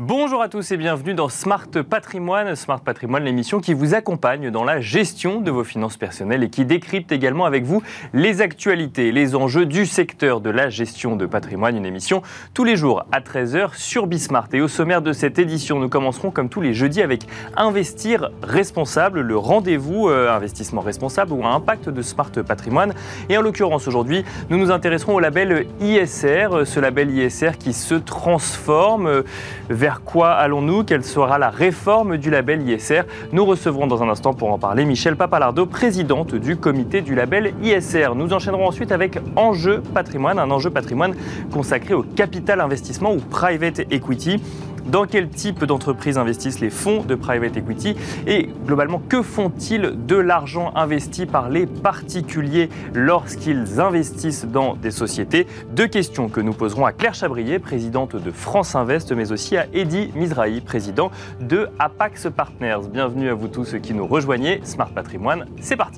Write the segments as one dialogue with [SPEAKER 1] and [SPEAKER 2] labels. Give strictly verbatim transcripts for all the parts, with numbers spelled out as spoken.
[SPEAKER 1] Bonjour à tous et bienvenue dans Smart Patrimoine. Smart Patrimoine, l'émission qui vous accompagne dans la gestion de vos finances personnelles et qui décrypte également avec vous les actualités, les enjeux du secteur de la gestion de patrimoine. Une émission tous les jours à treize heures sur Bismart. Et au sommaire de cette édition, nous commencerons comme tous les jeudis avec Investir responsable, le rendez-vous euh, investissement responsable ou à impact de Smart Patrimoine. Et en l'occurrence aujourd'hui, nous nous intéresserons au label I S R, ce label I S R qui se transforme. Euh, Vers quoi allons-nous? Quelle sera la réforme du label I S R? Nous recevrons dans un instant pour en parler Michel Papalardo, présidente du comité du label I S R. Nous enchaînerons ensuite avec Enjeu Patrimoine, un enjeu patrimoine consacré au capital investissement ou private equity. Dans quel type d'entreprise investissent les fonds de private equity et globalement, que font-ils de l'argent investi par les particuliers lorsqu'ils investissent dans des sociétés? Deux questions que nous poserons à Claire Chabrier, présidente de France Invest, mais aussi à Eddy Mizrahi, président de Apax Partners. Bienvenue à vous tous qui nous rejoignez. Smart Patrimoine, c'est parti.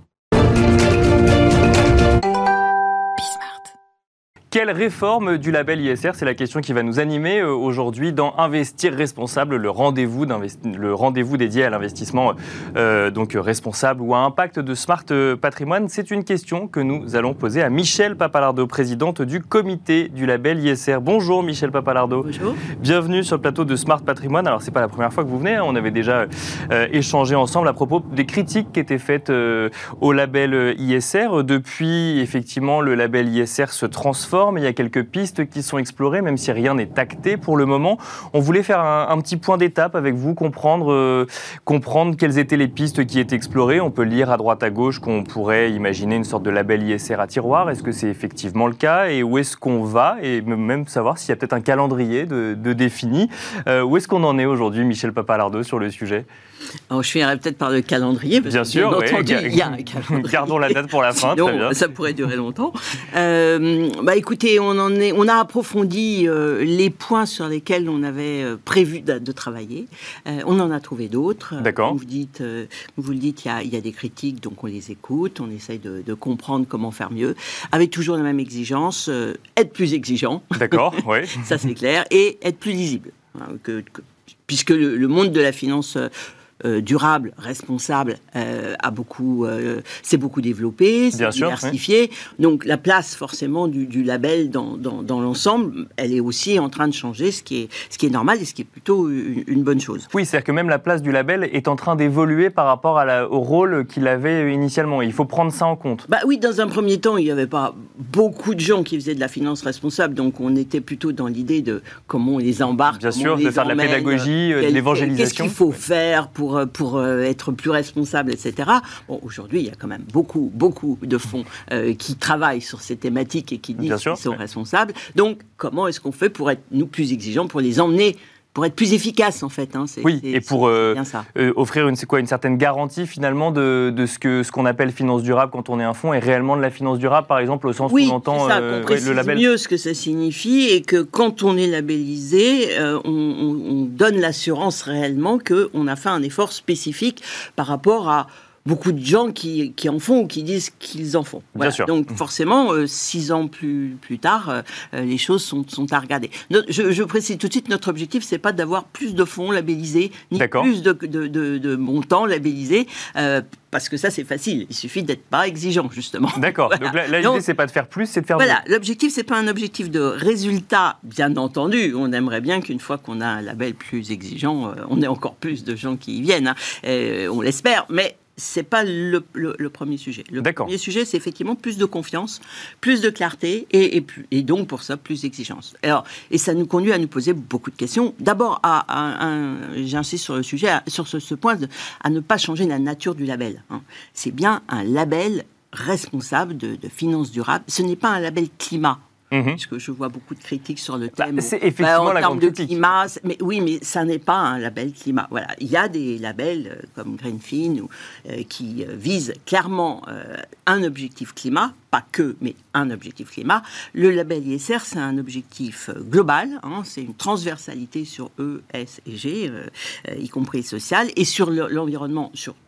[SPEAKER 1] Quelle réforme du label I S R? C'est la question qui va nous animer aujourd'hui dans Investir responsable, le rendez-vous, le rendez-vous dédié à l'investissement euh, donc responsable ou à impact de Smart Patrimoine. C'est une question que nous allons poser à Michel Papalardo, présidente du comité du label I S R. Bonjour Michel Papalardo.
[SPEAKER 2] Bonjour. Bienvenue
[SPEAKER 1] sur le plateau de Smart Patrimoine. Alors c'est pas la première fois que vous venez, hein. On avait déjà euh, échangé ensemble à propos des critiques qui étaient faites euh, au label I S R. Depuis, effectivement, le label I S R se transforme. Il y a quelques pistes qui sont explorées, même si rien n'est acté pour le moment. On voulait faire un, un petit point d'étape avec vous, comprendre, euh, comprendre quelles étaient les pistes qui étaient explorées. On peut lire à droite à gauche qu'on pourrait imaginer une sorte de label I S R à tiroir. Est-ce que c'est effectivement le cas? Et où est-ce qu'on va? Et même savoir s'il y a peut-être un calendrier de, de défini. Euh, où est-ce qu'on en est aujourd'hui, Michel Papalardo, sur le sujet?
[SPEAKER 2] Alors, je finirai peut-être par le calendrier. Parce
[SPEAKER 1] bien
[SPEAKER 2] que,
[SPEAKER 1] sûr,
[SPEAKER 2] bien
[SPEAKER 1] oui.
[SPEAKER 2] entendu, il y a un calendrier.
[SPEAKER 1] Gardons la date pour la fin.
[SPEAKER 2] Sinon,
[SPEAKER 1] très bien.
[SPEAKER 2] Ça pourrait durer longtemps. Euh, bah, écoutez, on, en est, on a approfondi euh, les points sur lesquels on avait euh, prévu de, de travailler. Euh, on en a trouvé d'autres.
[SPEAKER 1] D'accord.
[SPEAKER 2] Comme vous, dites, euh, vous le dites, il y, a, il y a des critiques, donc on les écoute, on essaye de, de comprendre comment faire mieux, avec toujours la même exigence, euh, être plus exigeant.
[SPEAKER 1] D'accord, oui.
[SPEAKER 2] Ça, c'est clair. Et être plus lisible. Hein, que, que, puisque le, le monde de la finance... Euh, Euh, durable, responsable, euh, a beaucoup, euh, s'est beaucoup développé, s'est diversifié. Oui. Donc la place forcément du, du label dans, dans, dans l'ensemble, elle est aussi en train de changer, ce qui est, ce qui est normal et ce qui est plutôt une, une bonne chose.
[SPEAKER 1] Oui, c'est-à-dire que même la place du label est en train d'évoluer par rapport à la, au rôle qu'il avait initialement. Il faut prendre ça en compte.
[SPEAKER 2] Bah oui, dans un premier temps, il n'y avait pas beaucoup de gens qui faisaient de la finance responsable, donc on était plutôt dans l'idée de comment on les embarque.
[SPEAKER 1] Bien sûr, de faire de la pédagogie, de l'évangélisation.
[SPEAKER 2] Qu'est-ce qu'il faut faire pour pour être plus responsable, et cetera. Bon, aujourd'hui, il y a quand même beaucoup, beaucoup de fonds euh, qui travaillent sur ces thématiques et qui disent qu'ils sont ouais. responsables. Donc, comment est-ce qu'on fait pour être, nous, plus exigeants, pour les emmener, pour être plus efficace, en fait. Hein. C'est,
[SPEAKER 1] oui,
[SPEAKER 2] c'est,
[SPEAKER 1] et pour euh,
[SPEAKER 2] ça.
[SPEAKER 1] Euh, offrir une, c'est quoi, une certaine garantie, finalement, de, de ce, que, ce qu'on appelle finance durable quand on est un fonds, est réellement de la finance durable, par exemple, au sens
[SPEAKER 2] oui,
[SPEAKER 1] où on entend
[SPEAKER 2] ça,
[SPEAKER 1] euh,
[SPEAKER 2] qu'on précise
[SPEAKER 1] le label.
[SPEAKER 2] mieux ce que ça signifie et que quand on est labellisé, euh, on, on, on donne l'assurance réellement qu'on a fait un effort spécifique par rapport à beaucoup de gens qui, qui en font ou qui disent qu'ils en font. Voilà.
[SPEAKER 1] Bien sûr.
[SPEAKER 2] Donc forcément, euh, six ans plus, plus tard, euh, les choses sont, sont à regarder. Notre, je, je précise tout de suite, notre objectif, c'est pas d'avoir plus de fonds labellisés, ni D'accord. plus de, de, de, de montants labellisés, euh, parce que ça, c'est facile. Il suffit d'être pas exigeant, justement.
[SPEAKER 1] D'accord. Voilà. Donc là, là l'idée, c'est pas de faire plus, c'est de faire
[SPEAKER 2] Voilà.
[SPEAKER 1] mieux.
[SPEAKER 2] L'objectif, c'est pas un objectif de résultat, bien entendu. On aimerait bien qu'une fois qu'on a un label plus exigeant, euh, on ait encore plus de gens qui y viennent. Hein. Euh, on l'espère, mais c'est pas le, le, le premier sujet. Le
[SPEAKER 1] D'accord.
[SPEAKER 2] premier sujet, c'est effectivement plus de confiance, plus de clarté et, et, plus, et donc pour ça plus d'exigence. Alors, et ça nous conduit à nous poser beaucoup de questions. D'abord, à, à, à, j'insiste sur le sujet, à, sur ce, ce point, de, à ne pas changer la nature du label. Hein. C'est bien un label responsable de, de finances durables. Ce n'est pas un label climat. Mmh. Parce que je vois beaucoup de critiques sur le thème.
[SPEAKER 1] Bah, c'est effectivement
[SPEAKER 2] bah,
[SPEAKER 1] la grande critique.
[SPEAKER 2] En termes de climat, mais oui, mais ça n'est pas un label climat. Voilà, il y a des labels euh, comme Greenfin ou, euh, qui euh, visent clairement euh, un objectif climat, pas que, mais un objectif climat. Le label I S R, c'est un objectif euh, global. Hein, c'est une transversalité sur E, S et G, euh, euh, y compris social, et sur le, l'environnement, sur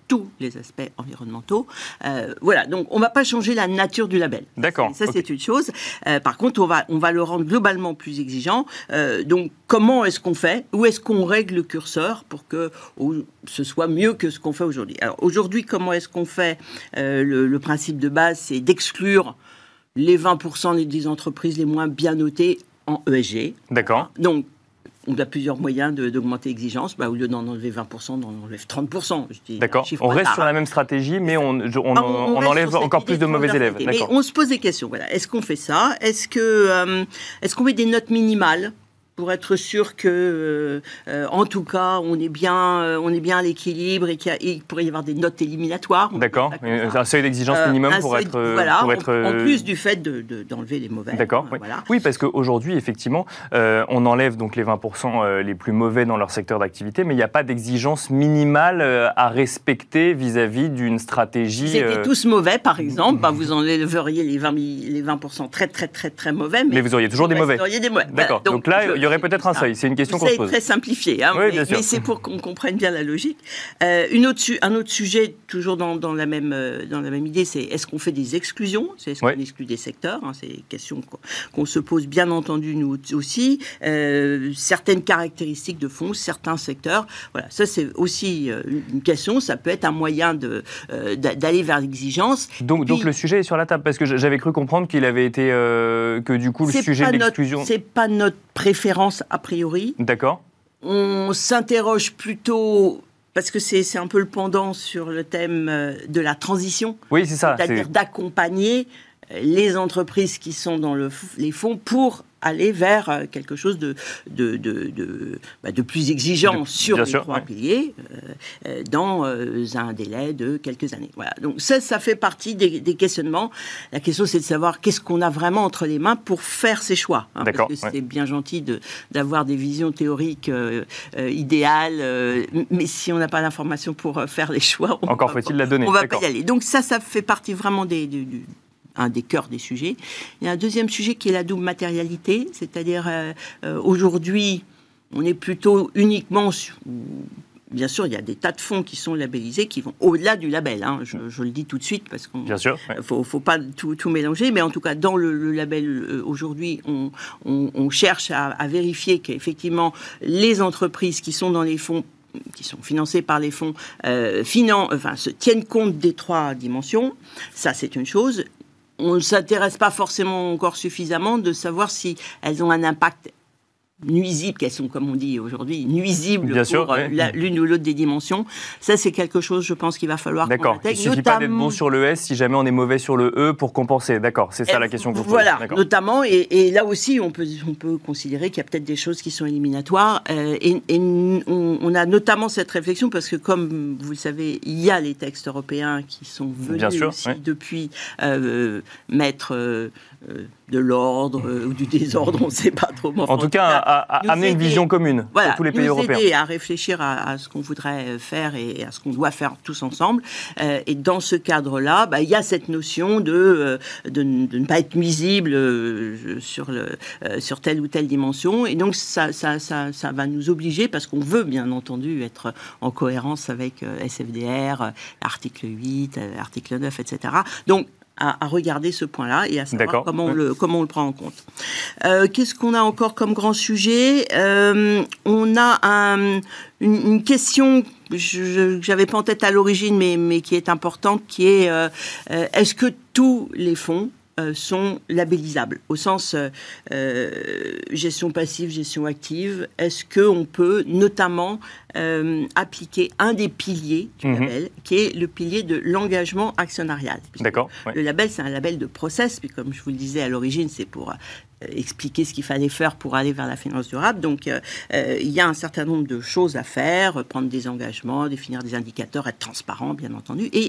[SPEAKER 2] tous les aspects environnementaux. Euh, voilà, donc on ne va pas changer la nature du label.
[SPEAKER 1] D'accord.
[SPEAKER 2] Ça,
[SPEAKER 1] okay.
[SPEAKER 2] c'est une chose. Euh, par contre, on va, on va le rendre globalement plus exigeant. Euh, donc, comment est-ce qu'on fait? Où est-ce qu'on règle le curseur pour que oh, ce soit mieux que ce qu'on fait aujourd'hui? Alors, aujourd'hui, comment est-ce qu'on fait? euh, le, le principe de base, c'est d'exclure les vingt pour cent des entreprises les moins bien notées en E S G.
[SPEAKER 1] D'accord.
[SPEAKER 2] Donc, on a plusieurs moyens de, d'augmenter l'exigence. Bah, au lieu d'en enlever vingt pour cent, on en enlève trente pour cent.
[SPEAKER 1] D'accord. On reste sur la même stratégie, mais on, on, on, on, on enlève encore plus de mauvais élèves.
[SPEAKER 2] Mais on se pose des questions. Voilà. Est-ce qu'on fait ça? Est-ce que, euh, est-ce qu'on met des notes minimales pour être sûr que, euh, euh, en tout cas, on est bien, euh, on est bien à l'équilibre et qu'il y a, et il pourrait y avoir des notes éliminatoires.
[SPEAKER 1] D'accord. Un seuil d'exigence minimum euh, pour, être,
[SPEAKER 2] voilà,
[SPEAKER 1] pour être.
[SPEAKER 2] En, en plus du fait de, de, d'enlever les mauvais.
[SPEAKER 1] D'accord.
[SPEAKER 2] Euh,
[SPEAKER 1] oui.
[SPEAKER 2] Voilà.
[SPEAKER 1] oui, parce qu'aujourd'hui, effectivement, euh, on enlève donc les vingt pour cent les plus mauvais dans leur secteur d'activité, mais il n'y a pas d'exigence minimale à respecter vis-à-vis d'une stratégie.
[SPEAKER 2] Si c'était
[SPEAKER 1] euh...
[SPEAKER 2] tous mauvais, par exemple, bah, vous enlèveriez les vingt, les vingt pour cent très, très, très, très mauvais. Mais,
[SPEAKER 1] mais vous auriez toujours des mauvais.
[SPEAKER 2] Vous auriez des mauvais.
[SPEAKER 1] D'accord.
[SPEAKER 2] Voilà.
[SPEAKER 1] Donc, donc là, je, il y aurait peut-être un seuil. C'est une question qu'on se pose.
[SPEAKER 2] C'est très simplifié, hein,
[SPEAKER 1] oui,
[SPEAKER 2] mais, mais c'est pour qu'on comprenne bien la logique. Euh, une autre, un autre sujet, toujours dans, dans, la même, euh, dans la même idée, c'est est-ce qu'on fait des exclusions? C'est est-ce
[SPEAKER 1] oui.
[SPEAKER 2] qu'on exclut des secteurs, hein? C'est une question qu'on, qu'on se pose bien entendu nous aussi. Euh, certaines caractéristiques de fonds, certains secteurs. Voilà, ça c'est aussi euh, une question. Ça peut être un moyen de, euh, d'aller vers l'exigence.
[SPEAKER 1] Donc,
[SPEAKER 2] Puis,
[SPEAKER 1] donc le sujet est sur la table, parce que j'avais cru comprendre qu'il avait été euh, que du coup le sujet de l'exclusion.
[SPEAKER 2] Notre, c'est pas notre préférence a priori.
[SPEAKER 1] D'accord.
[SPEAKER 2] On s'interroge plutôt, parce que c'est, c'est un peu le pendant sur le thème de la transition.
[SPEAKER 1] Oui, c'est ça.
[SPEAKER 2] C'est-à-dire
[SPEAKER 1] c'est... d'accompagner
[SPEAKER 2] les entreprises qui sont dans le, les fonds pour aller vers quelque chose de, de, de, de, bah de plus exigeant de, sur les sûr, trois ouais. piliers euh, dans euh, un délai de quelques années. Voilà. Donc ça, ça fait partie des, des questionnements. La question, c'est de savoir qu'est-ce qu'on a vraiment entre les mains pour faire ces choix. Hein, parce que c'est ouais. bien gentil de, d'avoir des visions théoriques euh, euh, idéales, euh, mais si on n'a pas l'information pour faire les choix, on
[SPEAKER 1] encore
[SPEAKER 2] va,
[SPEAKER 1] faut-il la donner.
[SPEAKER 2] On va
[SPEAKER 1] D'accord.
[SPEAKER 2] pas y aller. Donc ça, ça fait partie vraiment des... Du, du, un des cœurs des sujets. Il y a un deuxième sujet qui est la double matérialité, c'est-à-dire euh, euh, aujourd'hui, on est plutôt uniquement sur... Bien sûr, il y a des tas de fonds qui sont labellisés, qui vont au-delà du label. Hein. Je, je le dis tout de suite parce qu'on
[SPEAKER 1] Bien sûr, ouais.
[SPEAKER 2] faut, faut pas tout, tout mélanger, mais en tout cas, dans le, le label euh, aujourd'hui, on, on, on cherche à, à vérifier qu'effectivement, les entreprises qui sont dans les fonds qui sont financés par les fonds, euh, finan- enfin, se tiennent compte des trois dimensions. Ça, c'est une chose. On ne s'intéresse pas forcément encore suffisamment de savoir si elles ont un impact nuisibles, qu'elles sont, comme on dit aujourd'hui, nuisibles
[SPEAKER 1] Bien
[SPEAKER 2] pour
[SPEAKER 1] sûr,
[SPEAKER 2] euh,
[SPEAKER 1] oui.
[SPEAKER 2] la, l'une ou l'autre des dimensions. Ça, c'est quelque chose, je pense, qu'il va falloir
[SPEAKER 1] D'accord.
[SPEAKER 2] qu'on intègre.
[SPEAKER 1] Il ne suffit
[SPEAKER 2] notamment...
[SPEAKER 1] pas d'être bon sur le S si jamais on est mauvais sur le E pour compenser. D'accord, c'est ça
[SPEAKER 2] et
[SPEAKER 1] la question que vous posez.
[SPEAKER 2] Voilà,
[SPEAKER 1] D'accord.
[SPEAKER 2] notamment, et, et là aussi, on peut, on peut considérer qu'il y a peut-être des choses qui sont éliminatoires. Euh, et et on, on a notamment cette réflexion parce que, comme vous le savez, il y a les textes européens qui sont venus
[SPEAKER 1] Bien sûr,
[SPEAKER 2] aussi
[SPEAKER 1] oui.
[SPEAKER 2] depuis euh, mettre... Euh, de l'ordre euh, ou du désordre, on ne sait pas trop.
[SPEAKER 1] En, en tout cas, à, à amener une vision commune
[SPEAKER 2] voilà,
[SPEAKER 1] pour tous les pays européens.
[SPEAKER 2] Nous aider à réfléchir à, à ce qu'on voudrait faire et à ce qu'on doit faire tous ensemble. Euh, et dans ce cadre-là, bah, il y a cette notion de, euh, de, de ne pas être nuisible euh, sur, le, euh, sur telle ou telle dimension. Et donc, ça, ça, ça, ça va nous obliger, parce qu'on veut, bien entendu, être en cohérence avec euh, S F D R, euh, article huit, euh, article neuf, et cetera. Donc, À, à regarder ce point-là et à savoir comment on, le, comment on le prend en compte. Euh, qu'est-ce qu'on a encore comme grand sujet ? euh, On a un, une, une question que je n'avais pas en tête à l'origine, mais, mais qui est importante, qui est euh, euh, est-ce que tous les fonds Euh, sont labellisables, au sens euh, euh, gestion passive, gestion active. Est-ce qu'on peut notamment euh, appliquer un des piliers du mmh. label, qui est le pilier de l'engagement actionnarial.
[SPEAKER 1] D'accord. Ouais.
[SPEAKER 2] Le label, c'est un label de process, puis comme je vous le disais à l'origine, c'est pour euh, expliquer ce qu'il fallait faire pour aller vers la finance durable. Donc, euh, euh, il y a un certain nombre de choses à faire, prendre des engagements, définir des indicateurs, être transparent, bien entendu, et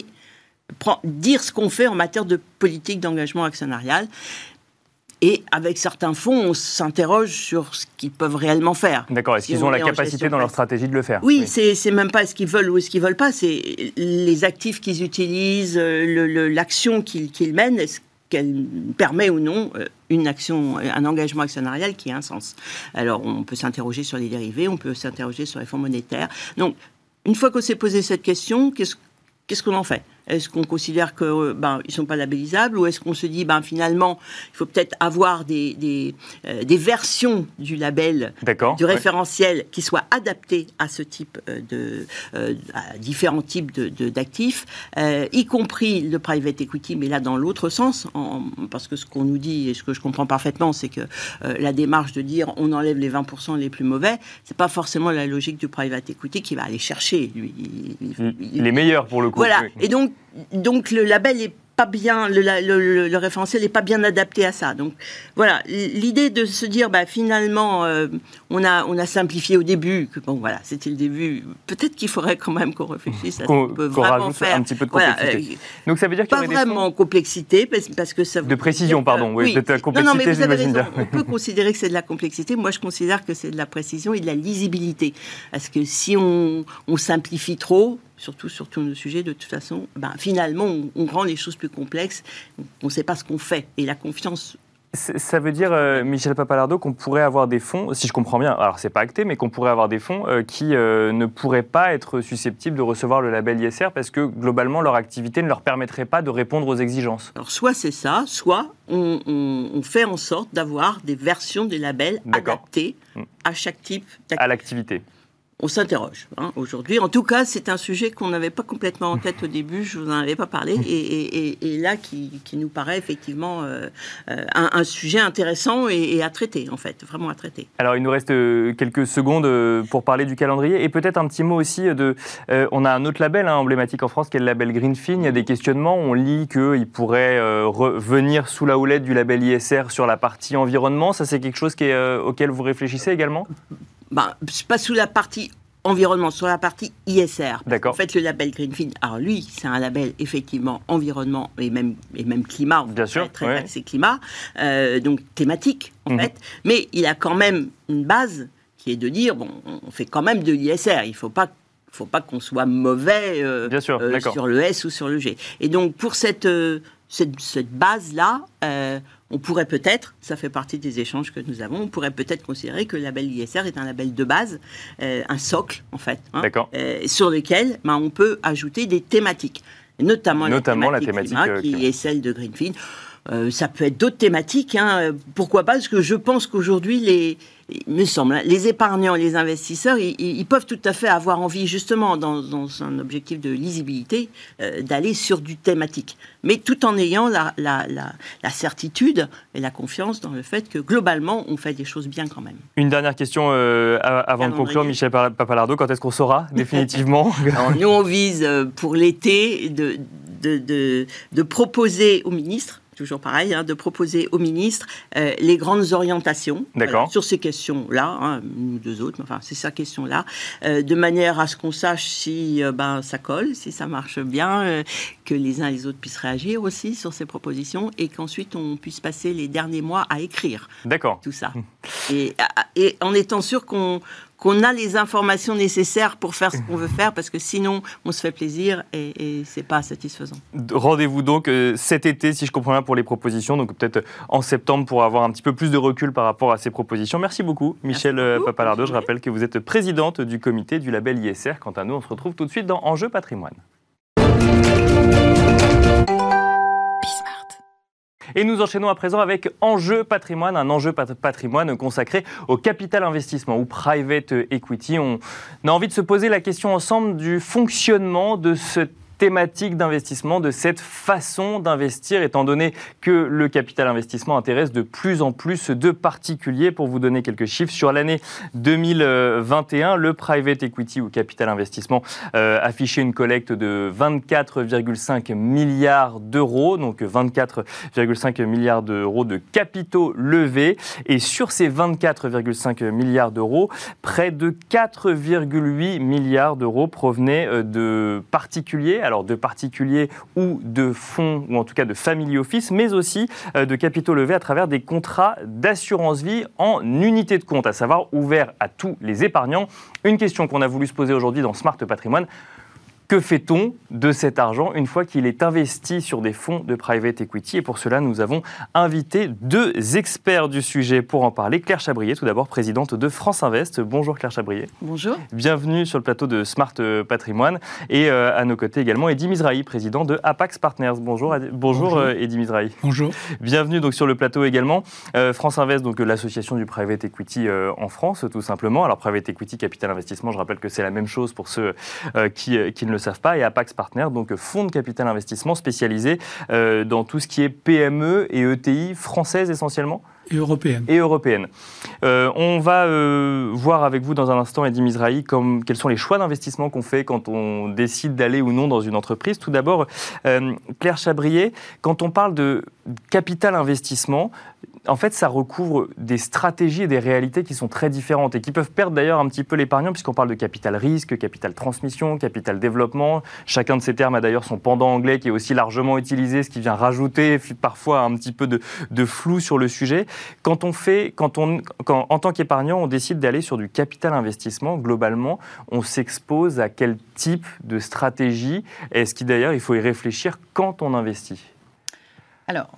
[SPEAKER 2] dire ce qu'on fait en matière de politique d'engagement actionnarial. Et avec certains fonds, on s'interroge sur ce qu'ils peuvent réellement faire.
[SPEAKER 1] D'accord. Est-ce si qu'ils ont la capacité dans leur stratégie de le faire ?
[SPEAKER 2] Oui, oui. C'est, c'est même pas est-ce qu'ils veulent ou est-ce qu'ils veulent pas. C'est les actifs qu'ils utilisent, le, le, l'action qu'ils, qu'ils mènent, est-ce qu'elle permet ou non une action, un engagement actionnarial qui a un sens. Alors, on peut s'interroger sur les dérivés, on peut s'interroger sur les fonds monétaires. Donc, une fois qu'on s'est posé cette question, qu'est-ce qu'est-ce qu'on en fait ? Est-ce qu'on considère qu'ils ben, ne sont pas labellisables ou est-ce qu'on se dit, ben, finalement, il faut peut-être avoir des, des, euh, des versions du label, du référentiel, ouais. qui soient adaptées à ce type de... Euh, à différents types de, de, d'actifs, euh, y compris le private equity, mais là, dans l'autre sens, en, parce que ce qu'on nous dit, et ce que je comprends parfaitement, c'est que euh, la démarche de dire on enlève les vingt pour cent les plus mauvais, c'est pas forcément la logique du private equity qui va aller chercher, lui. Il,
[SPEAKER 1] il, les meilleurs, pour le coup.
[SPEAKER 2] Voilà. Et donc, Donc le label est pas bien, le, le, le, le référentiel n'est pas bien adapté à ça. Donc voilà, l'idée de se dire, bah, finalement, euh, on, a, on a simplifié au début, que bon voilà, c'était le début, peut-être qu'il faudrait quand même qu'on réfléchisse à ce qu'on peut
[SPEAKER 1] qu'on
[SPEAKER 2] vraiment faire.
[SPEAKER 1] Un petit peu de complexité.
[SPEAKER 2] Voilà, euh,
[SPEAKER 1] Donc ça veut dire qu'il y
[SPEAKER 2] pas vraiment fonds... complexité, parce, parce que ça...
[SPEAKER 1] De précision, pardon, oui,
[SPEAKER 2] oui.
[SPEAKER 1] de la complexité,
[SPEAKER 2] non, non, mais vous avez raison,
[SPEAKER 1] bien.
[SPEAKER 2] On peut considérer que c'est de la complexité, moi je considère que c'est de la précision et de la lisibilité. Parce que si on, on simplifie trop, surtout sur tous nos sujets, de toute façon, ben, finalement, on, on rend les choses plus complexes, on ne sait pas ce qu'on fait. Et la confiance...
[SPEAKER 1] Ça veut dire, euh, Michel Papalardo, qu'on pourrait avoir des fonds, si je comprends bien, alors c'est pas acté, mais qu'on pourrait avoir des fonds euh, qui euh, ne pourraient pas être susceptibles de recevoir le label I S R parce que, globalement, leur activité ne leur permettrait pas de répondre aux exigences.
[SPEAKER 2] Alors, soit c'est ça, soit on, on, on fait en sorte d'avoir des versions des labels adaptées à chaque type d'activité.
[SPEAKER 1] À l'activité.
[SPEAKER 2] On s'interroge hein, aujourd'hui. En tout cas, c'est un sujet qu'on n'avait pas complètement en tête au début, je vous en avais pas parlé, et, et, et, et là, qui, qui nous paraît effectivement euh, un, un sujet intéressant et, et à traiter, en fait, vraiment à traiter.
[SPEAKER 1] Alors, il nous reste quelques secondes pour parler du calendrier, et peut-être un petit mot aussi de... Euh, on a un autre label hein, emblématique en France, qui est le label Greenfin. Il y a des questionnements, on lit qu'il pourrait euh, revenir sous la houlette du label I S R sur la partie environnement. Ça, c'est quelque chose qui est, euh, auquel vous réfléchissez également ?
[SPEAKER 2] Ben, c'est pas sous la partie environnement, sur la partie I S R.
[SPEAKER 1] D'accord.
[SPEAKER 2] En fait, le label Greenfin, alors lui, c'est un label effectivement environnement et même, et même climat. En fait,
[SPEAKER 1] Bien sûr.
[SPEAKER 2] Très
[SPEAKER 1] ouais.
[SPEAKER 2] axé climat, euh, donc thématique en mmh. fait. Mais il a quand même une base qui est de dire, bon, on fait quand même de l'I S R. Il faut pas Il ne faut pas qu'on soit mauvais euh,
[SPEAKER 1] Bien sûr,
[SPEAKER 2] euh, sur le S ou sur le G. Et donc, pour cette, euh, cette, cette base-là, euh, on pourrait peut-être, ça fait partie des échanges que nous avons, on pourrait peut-être considérer que le label I S R est un label de base, euh, un socle, en fait, hein, euh, sur lequel ben, on peut ajouter des thématiques, notamment,
[SPEAKER 1] notamment
[SPEAKER 2] la thématique, la thématique climat, qui est celle de Greenfin. Euh, ça peut être d'autres thématiques, hein. Pourquoi pas, parce que je pense qu'aujourd'hui, les, il me semble, les épargnants, les investisseurs, ils, ils peuvent tout à fait avoir envie, justement, dans, dans un objectif de lisibilité, euh, d'aller sur du thématique. Mais tout en ayant la, la, la, la certitude et la confiance dans le fait que, globalement, on fait des choses bien quand même.
[SPEAKER 1] Une dernière question euh, avant de conclure, Michel Papalardo, quand est-ce qu'on saura définitivement?
[SPEAKER 2] Alors, nous, on vise, pour l'été, de, de, de, de proposer au ministre, toujours pareil, hein, de proposer au ministre euh, les grandes orientations voilà, sur ces questions-là, hein, une ou deux autres, enfin c'est ces questions-là, euh, de manière à ce qu'on sache si euh, ben, ça colle, si ça marche bien, euh, que les uns et les autres puissent réagir aussi sur ces propositions et qu'ensuite on puisse passer les derniers mois à écrire
[SPEAKER 1] D'accord.
[SPEAKER 2] tout ça. Et, et en étant sûr qu'on qu'on a les informations nécessaires pour faire ce qu'on veut faire, parce que sinon, on se fait plaisir et, et c'est pas satisfaisant.
[SPEAKER 1] Rendez-vous donc euh, cet été, si je comprends bien, pour les propositions, donc peut-être en septembre pour avoir un petit peu plus de recul par rapport à ces propositions. Merci beaucoup, Michel Merci beaucoup, Papalardo. Je rappelle que vous êtes présidente du comité du label I S R. Quant à nous, on se retrouve tout de suite dans Enjeu Patrimoine. Et nous enchaînons à présent avec Enjeu Patrimoine, un enjeu patrimoine consacré au capital investissement ou private equity. On a envie de se poser la question ensemble du fonctionnement de ce thématique d'investissement, de cette façon d'investir, étant donné que le capital investissement intéresse de plus en plus de particuliers. Pour vous donner quelques chiffres, sur l'année deux mille vingt et un, le private equity ou capital investissement euh, affichait une collecte de vingt-quatre virgule cinq milliards d'euros, donc vingt-quatre virgule cinq milliards d'euros de capitaux levés. Et sur ces vingt-quatre virgule cinq milliards d'euros, près de quatre virgule huit milliards d'euros provenaient de particuliers, alors de particuliers ou de fonds, ou en tout cas de family office, mais aussi de capitaux levés à travers des contrats d'assurance vie en unité de compte, à savoir ouverts à tous les épargnants. Une question qu'on a voulu se poser aujourd'hui dans Smart Patrimoine. Que fait-on de cet argent une fois qu'il est investi sur des fonds de private equity? Et pour cela, nous avons invité deux experts du sujet pour en parler. Claire Chabrier, tout d'abord, présidente de France Invest. Bonjour Claire Chabrier.
[SPEAKER 2] Bonjour.
[SPEAKER 1] Bienvenue sur le plateau de Smart Patrimoine. Et euh, à nos côtés également, Eddy Mizrahi, président de Apax Partners. Bonjour, Bonjour, Bonjour. Euh, Eddy Mizrahi.
[SPEAKER 3] Bonjour.
[SPEAKER 1] Bienvenue donc sur le plateau également. Euh, France Invest, donc l'association du private equity euh, en France, tout simplement. Alors private equity, capital investissement, je rappelle que c'est la même chose pour ceux euh, qui, euh, qui ne le savent pas. Et Apax Partners, donc fonds de capital investissement spécialisé euh, dans tout ce qui est P M E et E T I françaises essentiellement.
[SPEAKER 3] Et européenne.
[SPEAKER 1] Et européenne. Euh, on va euh, voir avec vous dans un instant, Eddy Mizrahi, comme, quels sont les choix d'investissement qu'on fait quand on décide d'aller ou non dans une entreprise. Tout d'abord, euh, Claire Chabrier, quand on parle de capital investissement, en fait, ça recouvre des stratégies et des réalités qui sont très différentes et qui peuvent perdre d'ailleurs un petit peu l'épargnant puisqu'on parle de capital risque, capital transmission, capital développement. Chacun de ces termes a d'ailleurs son pendant anglais qui est aussi largement utilisé, ce qui vient rajouter parfois un petit peu de, de flou sur le sujet. Quand on fait, quand on, quand, en tant qu'épargnant, on décide d'aller sur du capital investissement, globalement, on s'expose à quel type de stratégie? Est-ce qu'il d'ailleurs, il faut y réfléchir quand on investit?
[SPEAKER 4] Alors,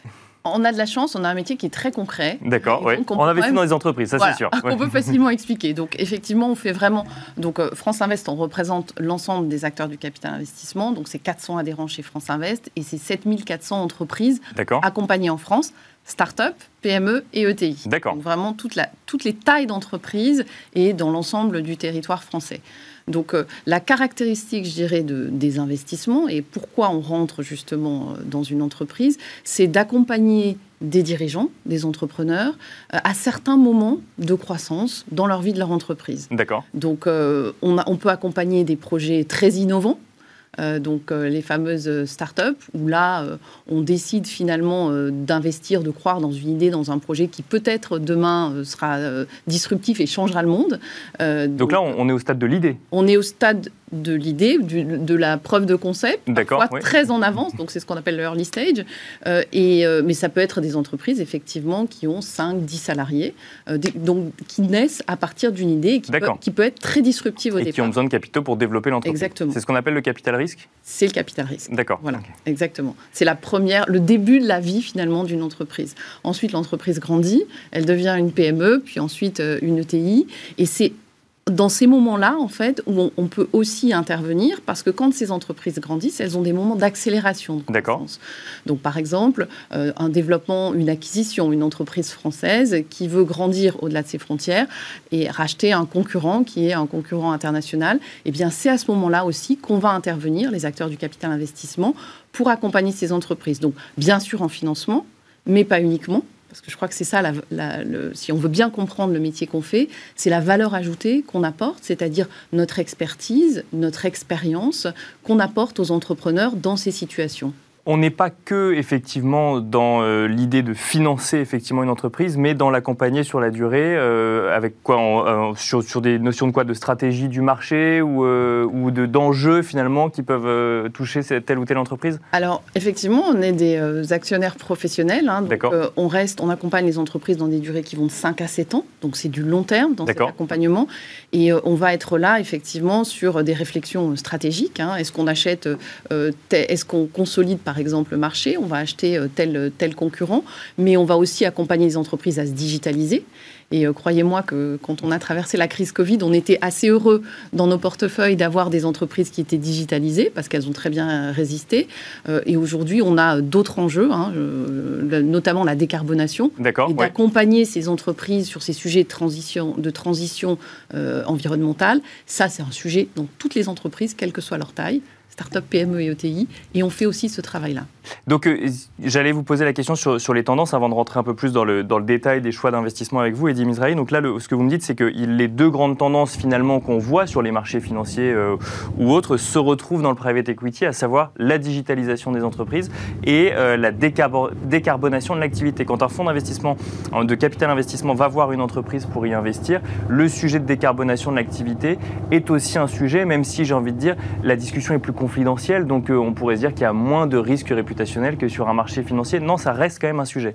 [SPEAKER 4] on a de la chance, on a un métier qui est très concret.
[SPEAKER 1] D'accord, oui. On, on investit même dans les entreprises, ça
[SPEAKER 4] voilà,
[SPEAKER 1] c'est sûr.
[SPEAKER 4] On ouais. peut facilement expliquer. Donc, effectivement, on fait vraiment... Donc, euh, France Invest, on représente l'ensemble des acteurs du capital investissement. Donc, c'est quatre cents adhérents chez France Invest et c'est sept mille quatre cents entreprises accompagnées en France. Start-up, P M E et E T I.
[SPEAKER 1] D'accord.
[SPEAKER 4] Donc, vraiment toute la, toutes les tailles d'entreprises et dans l'ensemble du territoire français. Donc, euh, la caractéristique, je dirais, de, des investissements et pourquoi on rentre justement dans une entreprise, c'est d'accompagner des dirigeants, des entrepreneurs, euh, à certains moments de croissance dans leur vie de leur entreprise.
[SPEAKER 1] D'accord.
[SPEAKER 4] Donc, euh, on, a, on peut accompagner des projets très innovants. Euh, donc euh, les fameuses start-up, où là, euh, on décide finalement euh, d'investir, de croire dans une idée, dans un projet qui peut-être demain euh, sera euh, disruptif et changera le monde.
[SPEAKER 1] Euh, donc, donc là, on est au stade de l'idée.
[SPEAKER 4] On est au stade de l'idée, du, de la preuve de concept, parfois
[SPEAKER 1] oui.
[SPEAKER 4] très en avance, donc c'est ce qu'on appelle le early stage. Euh, et, euh, mais ça peut être des entreprises, effectivement, qui ont cinq dix salariés, euh, des, donc qui naissent à partir d'une idée et qui peut, qui peut être très disruptive au
[SPEAKER 1] et
[SPEAKER 4] départ.
[SPEAKER 1] Et qui ont besoin de capitaux pour développer l'entreprise.
[SPEAKER 4] Exactement.
[SPEAKER 1] C'est ce qu'on appelle le capital risque?
[SPEAKER 4] C'est le capital risque.
[SPEAKER 1] D'accord.
[SPEAKER 4] Voilà,
[SPEAKER 1] okay.
[SPEAKER 4] exactement. C'est la première, le début de la vie, finalement, d'une entreprise. Ensuite, l'entreprise grandit, elle devient une P M E, puis ensuite euh, une E T I, et c'est dans ces moments-là, en fait, où on, on peut aussi intervenir, parce que quand ces entreprises grandissent, elles ont des moments d'accélération de croissance. Donc, par exemple, euh, un développement, une acquisition, une entreprise française qui veut grandir au-delà de ses frontières et racheter un concurrent qui est un concurrent international, eh bien, c'est à ce moment-là aussi qu'on va intervenir, les acteurs du capital investissement, pour accompagner ces entreprises. Donc, bien sûr, en financement, mais pas uniquement. Parce que je crois que c'est ça, la, la, le, si on veut bien comprendre le métier qu'on fait, c'est la valeur ajoutée qu'on apporte, c'est-à-dire notre expertise, notre expérience qu'on apporte aux entrepreneurs dans ces situations.
[SPEAKER 1] On n'est pas que effectivement dans euh, l'idée de financer effectivement une entreprise, mais dans l'accompagner sur la durée, euh, avec quoi, en, euh, sur, sur des notions de quoi, de stratégie du marché ou, euh, ou de d'enjeux finalement qui peuvent euh, toucher telle ou telle entreprise.
[SPEAKER 4] Alors effectivement, on est des euh, actionnaires professionnels. Hein, donc,
[SPEAKER 1] D'accord.
[SPEAKER 4] Euh, on reste, on accompagne les entreprises dans des durées qui vont de cinq à sept ans, donc c'est du long terme dans cet accompagnement. Et euh, on va être là effectivement sur des réflexions stratégiques. Hein. Est-ce qu'on achète, euh, est-ce qu'on consolide par Par exemple le marché, on va acheter tel, tel concurrent, mais on va aussi accompagner les entreprises à se digitaliser. Et euh, croyez-moi que quand on a traversé la crise Covid, on était assez heureux dans nos portefeuilles d'avoir des entreprises qui étaient digitalisées parce qu'elles ont très bien résisté. Euh, et aujourd'hui, on a d'autres enjeux, hein, euh, notamment la décarbonation.
[SPEAKER 1] D'accord,
[SPEAKER 4] et d'accompagner ouais. ces entreprises sur ces sujets de transition, de transition euh, environnementale. Ça, c'est un sujet dans toutes les entreprises, quelle que soit leur taille. Start-up, P M E et E T I, et on fait aussi ce travail-là.
[SPEAKER 1] Donc, euh, j'allais vous poser la question sur, sur les tendances avant de rentrer un peu plus dans le, dans le détail des choix d'investissement avec vous, Eddy Mizrahi. Donc là, le, ce que vous me dites, c'est que les deux grandes tendances finalement qu'on voit sur les marchés financiers euh, ou autres se retrouvent dans le private equity, à savoir la digitalisation des entreprises et euh, la décarbo- décarbonation de l'activité. Quand un fonds d'investissement, de capital investissement va voir une entreprise pour y investir, le sujet de décarbonation de l'activité est aussi un sujet, même si j'ai envie de dire, la discussion est plus confidentielle, donc euh, on pourrait se dire qu'il y a moins de risques réputationnels que sur un marché financier. Non, ça reste quand même un sujet.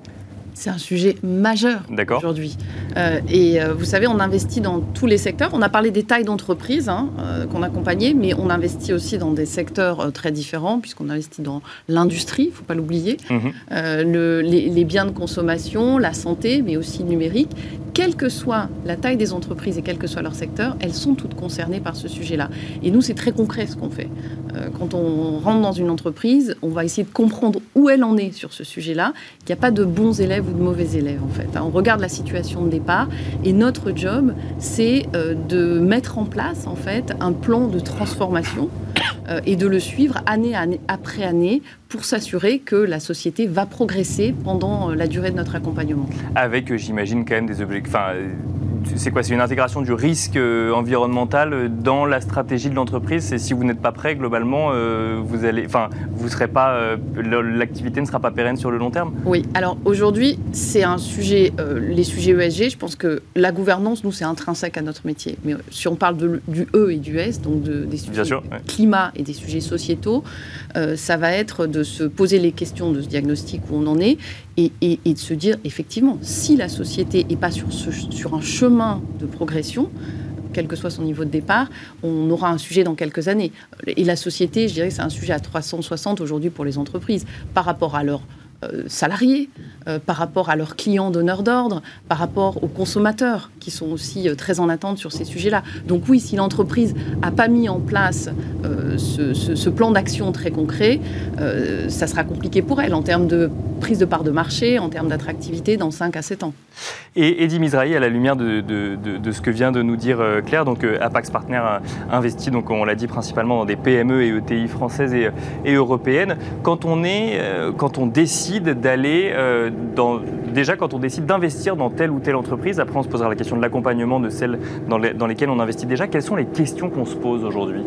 [SPEAKER 4] C'est un sujet majeur aujourd'hui. Euh, et euh, vous savez, on investit dans tous les secteurs. On a parlé des tailles d'entreprises hein, euh, qu'on accompagnait, mais on investit aussi dans des secteurs euh, très différents, puisqu'on investit dans l'industrie, il ne faut pas l'oublier, mmh. euh, le, les, les biens de consommation, la santé, mais aussi le numérique. Quelle que soit la taille des entreprises et quel que soit leur secteur, elles sont toutes concernées par ce sujet-là. Et nous, c'est très concret ce qu'on fait. Euh, quand on rentre dans une entreprise, on va essayer de comprendre où elle en est sur ce sujet-là. Il n'y a pas de bons élèves ou de mauvais élèves, en fait. On regarde la situation de départ et notre job, c'est euh, de mettre en place, en fait, un plan de transformation euh, et de le suivre année, année après année pour s'assurer que la société va progresser pendant la durée de notre accompagnement. Avec,
[SPEAKER 1] j'imagine, quand même des objectifs... Enfin, c'est quoi? C'est une intégration du risque euh, environnemental dans la stratégie de l'entreprise. C'est si vous n'êtes pas prêt, globalement, euh, vous allez, enfin, vous serez pas, euh, l'activité ne sera pas pérenne sur le long terme. Oui. Alors aujourd'hui, c'est un sujet, euh, les sujets E S G. Je pense que la gouvernance, nous, c'est intrinsèque à notre métier. Mais si on parle de, du E et du S, donc de, des sujets sûr, ouais. climat et des sujets sociétaux, euh, ça va être de se poser les questions de ce diagnostic où on en est et, et, et de se dire effectivement, si la société n'est pas sur, ce, sur un chemin de progression, quel que soit son niveau de départ, on aura un sujet dans quelques années. Et la société, je dirais que c'est un sujet à trois cent soixante aujourd'hui pour les entreprises, par rapport à leurs euh, salariés, euh, par rapport à leurs clients donneurs d'ordre, par rapport aux consommateurs, qui sont aussi euh, très en attente sur ces sujets-là. Donc oui, si l'entreprise n'a pas mis en place euh, ce, ce, ce plan d'action très concret, euh, ça sera compliqué pour elle en termes de prise de part de marché, en termes d'attractivité dans cinq à sept ans. Et Eddy Mizrahi, à la lumière de, de, de, de ce que vient de nous dire Claire, donc euh, Apax Partners investit, donc on l'a dit, principalement dans des P M E et E T I françaises et, et européennes. Quand on, est, euh, quand on décide d'aller, euh, dans, déjà quand on décide d'investir dans telle ou telle entreprise, après on se posera la question de l'accompagnement de celles dans, les, dans lesquelles on investit déjà, quelles sont les questions qu'on se pose aujourd'hui?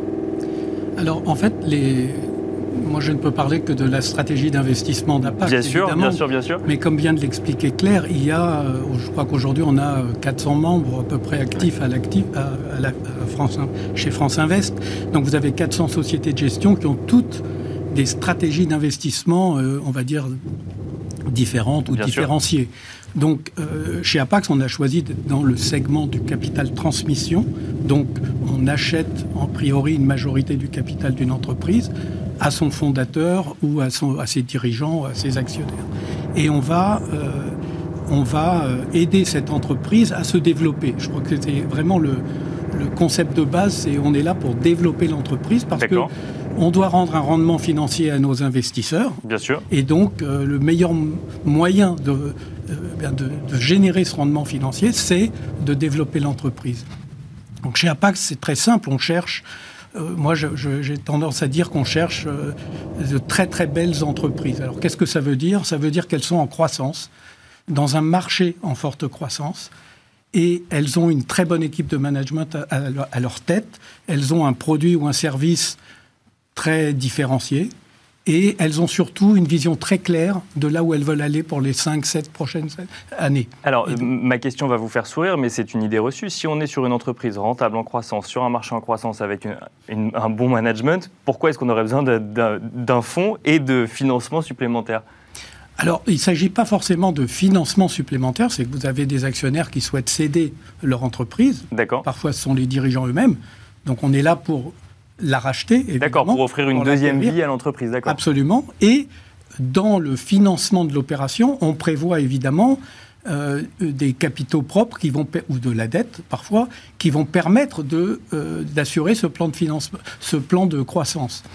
[SPEAKER 3] Alors en fait, les... Moi, je ne peux parler que de la stratégie d'investissement d'Apax,
[SPEAKER 1] bien sûr,
[SPEAKER 3] évidemment.
[SPEAKER 1] Bien sûr, bien sûr.
[SPEAKER 3] Mais comme vient de l'expliquer Claire, il y a, je crois qu'aujourd'hui, on a quatre cents membres à peu près actifs à l'actif, à, à la, à France, chez France Invest. Donc, vous avez quatre cents sociétés de gestion qui ont toutes des stratégies d'investissement, euh, on va dire, différentes ou bien différenciées. Sûr. Donc, euh, chez Apax, on a choisi d'être dans le segment du capital transmission. Donc, on achète en priori une majorité du capital d'une entreprise à son fondateur ou à, son, à ses dirigeants, à ses actionnaires. Et on va, euh, on va aider cette entreprise à se développer. Je crois que c'est vraiment le, le concept de base, c'est on est là pour développer l'entreprise parce que on doit rendre un rendement financier à nos investisseurs.
[SPEAKER 1] Bien sûr.
[SPEAKER 3] Et donc, euh, le meilleur moyen de, euh, de, de générer ce rendement financier, c'est de développer l'entreprise. Donc, chez Apax, c'est très simple. On cherche... Euh, moi, je, je, j'ai tendance à dire qu'on cherche euh, de très, très belles entreprises. Alors, qu'est-ce que ça veut dire? Ça veut dire qu'elles sont en croissance, dans un marché en forte croissance, et elles ont une très bonne équipe de management à, à, à leur tête. Elles ont un produit ou un service très différencié, et elles ont surtout une vision très claire de là où elles veulent aller pour les cinq sept prochaines années.
[SPEAKER 1] Alors, donc, ma question va vous faire sourire, mais c'est une idée reçue. Si on est sur une entreprise rentable en croissance, sur un marché en croissance avec une, une, un bon management, pourquoi est-ce qu'on aurait besoin de, d'un, d'un fonds et de financement supplémentaire ?
[SPEAKER 3] Alors, il ne s'agit pas forcément de financement supplémentaire, c'est que vous avez des actionnaires qui souhaitent céder leur entreprise.
[SPEAKER 1] D'accord.
[SPEAKER 3] Parfois, ce sont les dirigeants eux-mêmes. Donc, on est là pour la racheter, évidemment.
[SPEAKER 1] D'accord, pour offrir une pour deuxième vie à l'entreprise, d'accord.
[SPEAKER 3] Absolument. Et dans le financement de l'opération, on prévoit évidemment euh, des capitaux propres qui vont, ou de la dette parfois, qui vont permettre de, euh, d'assurer ce plan de financement, ce plan de croissance.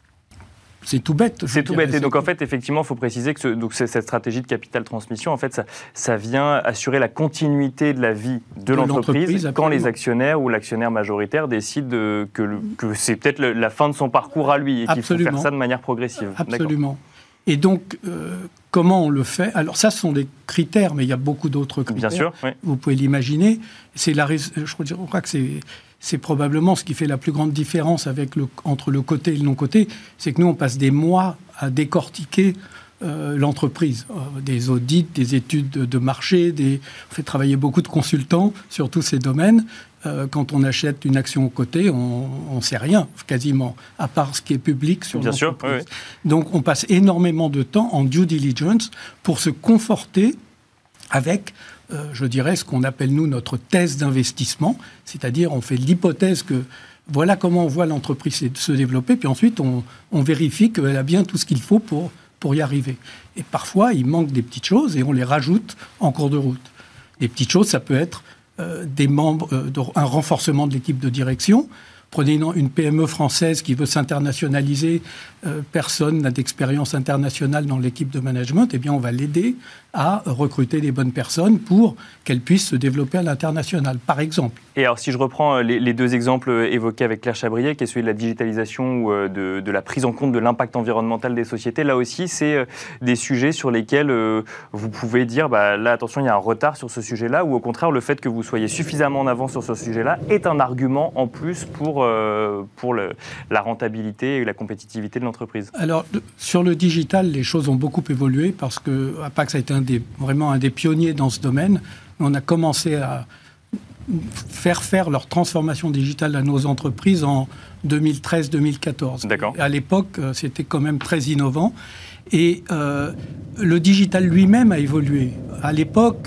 [SPEAKER 3] C'est tout bête.
[SPEAKER 1] C'est tout bête. Et donc, en fait, effectivement, il faut préciser que ce, donc, cette stratégie de capital transmission, en fait, ça, ça vient assurer la continuité de la vie de, de l'entreprise, l'entreprise quand les actionnaires ou l'actionnaire majoritaire décident de, que, le, que c'est peut-être le, la fin de son parcours à lui et qu'il faut faire ça de manière progressive.
[SPEAKER 3] Absolument. D'accord. Et donc, euh, comment on le fait? Alors, ça, ce sont des critères, mais il y a beaucoup d'autres critères.
[SPEAKER 1] Bien sûr, oui.
[SPEAKER 3] Vous pouvez l'imaginer. C'est la, je crois que c'est... C'est probablement ce qui fait la plus grande différence avec le, entre le côté et le non-côté, c'est que nous, on passe des mois à décortiquer euh, l'entreprise. Euh, des audits, des études de, de marché, des, on fait travailler beaucoup de consultants sur tous ces domaines. Euh, quand on achète une action au côté, on ne sait rien, quasiment, à part ce qui est public sur
[SPEAKER 1] Bien
[SPEAKER 3] l'entreprise.
[SPEAKER 1] Sûr, oui, oui.
[SPEAKER 3] Donc, on passe énormément de temps en due diligence pour se conforter avec, euh, je dirais, ce qu'on appelle, nous, notre thèse d'investissement, c'est-à-dire on fait l'hypothèse que voilà comment on voit l'entreprise se développer, puis ensuite on, on vérifie qu'elle a bien tout ce qu'il faut pour, pour y arriver. Et parfois, il manque des petites choses et on les rajoute en cours de route. Les petites choses, ça peut être euh, des membres, euh, un renforcement de l'équipe de direction. Prenez une, une P M E française qui veut s'internationaliser, euh, personne n'a d'expérience internationale dans l'équipe de management, eh bien on va l'aider à recruter les bonnes personnes pour qu'elles puissent se développer à l'international, par exemple.
[SPEAKER 1] Et alors si je reprends les, les deux exemples évoqués avec Claire Chabrier, qui est celui de la digitalisation ou de, de la prise en compte de l'impact environnemental des sociétés, là aussi c'est des sujets sur lesquels euh, vous pouvez dire, bah, là attention il y a un retard sur ce sujet-là, ou au contraire le fait que vous soyez suffisamment en avance sur ce sujet-là est un argument en plus pour, euh, pour le, la rentabilité et la compétitivité de l'entreprise.
[SPEAKER 3] Alors sur le digital, les choses ont beaucoup évolué parce que Apax a été un des, vraiment un des pionniers dans ce domaine. On a commencé à faire faire leur transformation digitale à nos entreprises en deux mille treize deux mille quatorze.
[SPEAKER 1] D'accord.
[SPEAKER 3] À l'époque, c'était quand même très innovant. Et euh, le digital lui-même a évolué. À l'époque,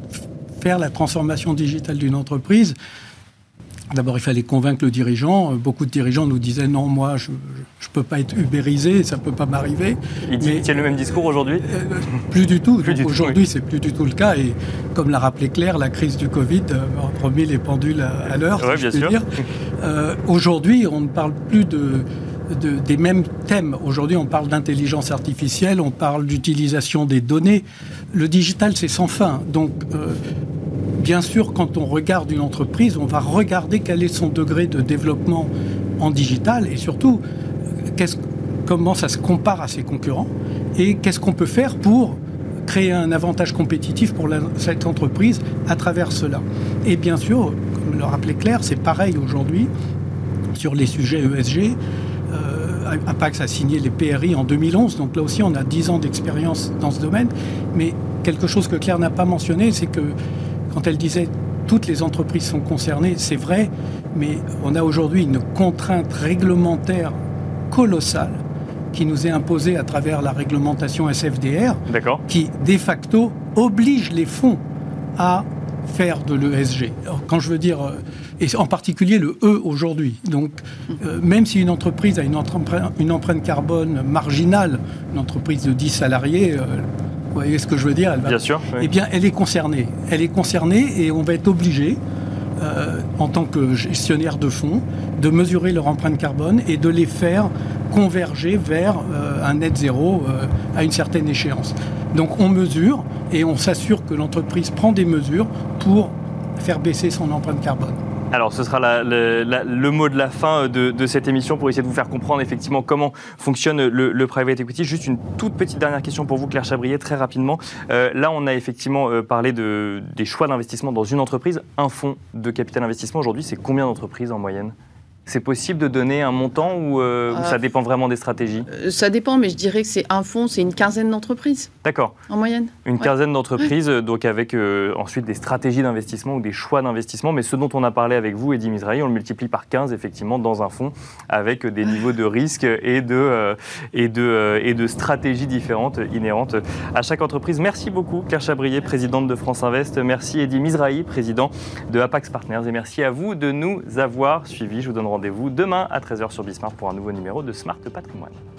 [SPEAKER 3] faire la transformation digitale d'une entreprise, d'abord, il fallait convaincre le dirigeant. Beaucoup de dirigeants nous disaient « Non, moi, je ne peux pas être ubérisé, ça ne peut pas m'arriver. »
[SPEAKER 1] Ils tiennent le même discours aujourd'hui ?
[SPEAKER 3] euh, Plus du tout.
[SPEAKER 1] Plus du tout,
[SPEAKER 3] aujourd'hui,
[SPEAKER 1] oui.
[SPEAKER 3] C'est plus du tout le cas. Et comme l'a rappelé Claire, la crise du Covid a remis les pendules à, à l'heure,
[SPEAKER 1] ouais,
[SPEAKER 3] si
[SPEAKER 1] bien
[SPEAKER 3] je puis
[SPEAKER 1] sûr.
[SPEAKER 3] dire. Euh, aujourd'hui, on ne parle plus de, de, des mêmes thèmes. Aujourd'hui, on parle d'intelligence artificielle, on parle d'utilisation des données. Le digital, c'est sans fin. Donc... Euh, Bien sûr, quand on regarde une entreprise, on va regarder quel est son degré de développement en digital et surtout, qu'est-ce, comment ça se compare à ses concurrents et qu'est-ce qu'on peut faire pour créer un avantage compétitif pour la, cette entreprise à travers cela. Et bien sûr, comme le rappelait Claire, c'est pareil aujourd'hui sur les sujets E S G. Euh, Apax a signé les P R I en deux mille onze, donc là aussi on a dix ans d'expérience dans ce domaine. Mais quelque chose que Claire n'a pas mentionné, c'est que quand elle disait toutes les entreprises sont concernées, c'est vrai, mais on a aujourd'hui une contrainte réglementaire colossale qui nous est imposée à travers la réglementation S F D R,
[SPEAKER 1] D'accord.
[SPEAKER 3] qui de facto oblige les fonds à faire de l'E S G. Alors, quand je veux dire, et en particulier le E aujourd'hui. Donc, euh, même si une entreprise a une empreinte, une empreinte carbone marginale, une entreprise de dix salariés, euh, vous voyez ce que je veux dire, elle va,
[SPEAKER 1] Bien sûr. Oui.
[SPEAKER 3] eh bien, elle est concernée. Elle est concernée et on va être obligé, euh, en tant que gestionnaire de fonds, de mesurer leur empreinte carbone et de les faire converger vers euh, un net zéro euh, à une certaine échéance. Donc on mesure et on s'assure que l'entreprise prend des mesures pour faire baisser son empreinte carbone.
[SPEAKER 1] Alors, ce sera la, la, la, le mot de la fin de, de cette émission pour essayer de vous faire comprendre effectivement comment fonctionne le, le private equity. Juste une toute petite dernière question pour vous, Claire Chabrier, très rapidement. Euh, là, on a effectivement euh, parlé de, des choix d'investissement dans une entreprise. Un fonds de capital investissement, aujourd'hui, c'est combien d'entreprises en moyenne ? C'est possible de donner un montant ou, euh, euh, ou ça dépend vraiment des stratégies ?
[SPEAKER 4] euh, Ça dépend, mais je dirais que c'est un fonds, c'est une quinzaine d'entreprises.
[SPEAKER 1] D'accord.
[SPEAKER 4] En moyenne.
[SPEAKER 1] Une
[SPEAKER 4] ouais.
[SPEAKER 1] quinzaine d'entreprises, ouais. Donc avec euh, ensuite des stratégies d'investissement ou des choix d'investissement. Mais ce dont on a parlé avec vous, Eddy Mizrahi, on le multiplie par quinze effectivement dans un fonds avec des niveaux de risque et de, euh, et de, euh, et de stratégies différentes inhérentes à chaque entreprise. Merci beaucoup, Claire Chabrier, présidente de France Invest. Merci Eddy Mizrahi, président de Apax Partners. Et merci à vous de nous avoir suivis. Je vous donne rendez-vous demain à treize heures sur Bismart pour un nouveau numéro de Smart Patrimoine.